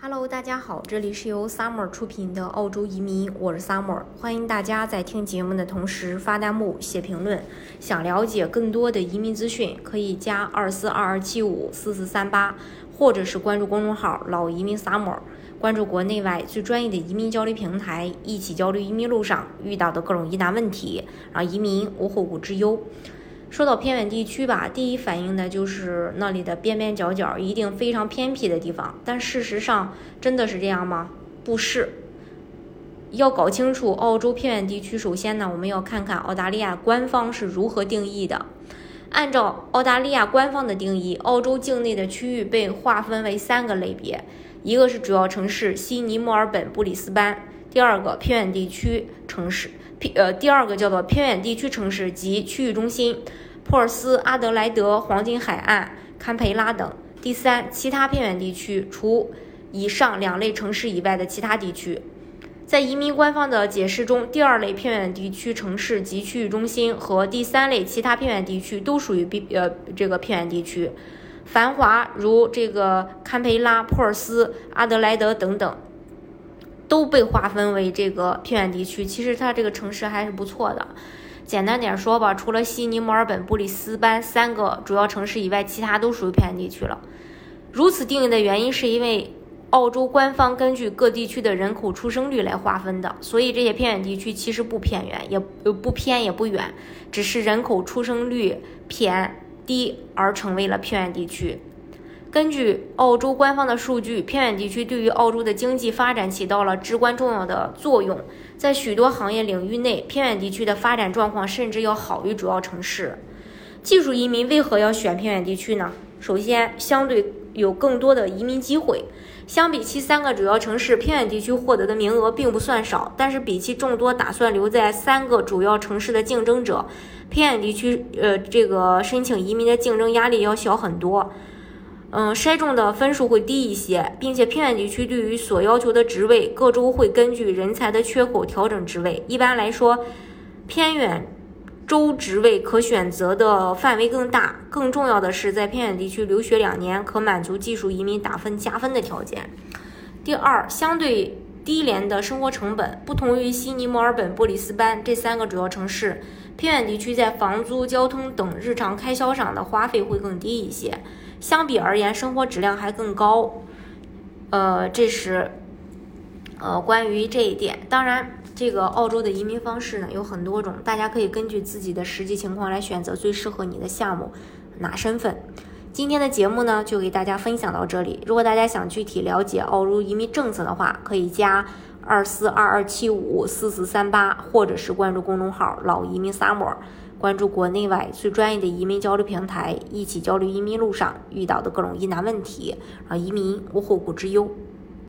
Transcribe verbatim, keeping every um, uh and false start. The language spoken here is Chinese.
Hello， 大家好，这里是由 Summer 出品的澳洲移民，我是 Summer， 欢迎大家在听节目的同时发弹幕、写评论。想了解更多的移民资讯，可以加二四二二七五四四三八，或者是关注公众号老移民 Summer， 关注国内外最专业的移民交流平台，一起交流移民路上遇到的各种疑难问题，让移民无后顾之忧。说到偏远地区吧，第一反应的就是那里的边边角角一定非常偏僻的地方，但事实上真的是这样吗？不是。要搞清楚澳洲偏远地区，首先呢，我们要看看澳大利亚官方是如何定义的。按照澳大利亚官方的定义，澳洲境内的区域被划分为三个类别，一个是主要城市悉尼、墨尔本、布里斯班，第二个偏远地区城市，呃，第二个叫做偏远地区城市及区域中心，珀尔斯、阿德莱德、黄金海岸、堪培拉等。第三，其他偏远地区，除以上两类城市以外的其他地区。在移民官方的解释中，第二类偏远地区城市及区域中心和第三类其他偏远地区都属于呃这个偏远地区。繁华如这个堪培拉、珀尔斯、阿德莱德等等，都被划分为这个偏远地区。其实它这个城市还是不错的。简单点说吧，除了悉尼、墨尔本、布里斯班三个主要城市以外，其他都属于偏远地区了。如此定义的原因是因为澳洲官方根据各地区的人口出生率来划分的，所以这些偏远地区其实不偏远，也不偏也不远，只是人口出生率偏低而成为了偏远地区。根据澳洲官方的数据，偏远地区对于澳洲的经济发展起到了至关重要的作用。在许多行业领域内，偏远地区的发展状况甚至要好于主要城市。技术移民为何要选偏远地区呢？首先，相对有更多的移民机会。相比其三个主要城市，偏远地区获得的名额并不算少，但是比其众多打算留在三个主要城市的竞争者，偏远地区呃这个申请移民的竞争压力要小很多。嗯，筛中的分数会低一些，并且偏远地区对于所要求的职位，各州会根据人才的缺口调整职位。一般来说，偏远州职位可选择的范围更大。更重要的是，在偏远地区留学两年可满足技术移民打分加分的条件。第二，相对低廉的生活成本。不同于悉尼、墨尔本、布里斯班这三个主要城市，偏远地区在房租、交通等日常开销上的花费会更低一些。相比而言，生活质量还更高。呃，这是呃关于这一点。当然，这个澳洲的移民方式呢有很多种，大家可以根据自己的实际情况来选择最适合你的项目，拿身份。今天的节目呢就给大家分享到这里。如果大家想具体了解澳洲移民政策的话，可以加二四二二七五四四三八，或者是关注公众号老移民 Summer，关注国内外最专业的移民交流平台，一起交流移民路上遇到的各种疑难问题，让移民无后顾之忧。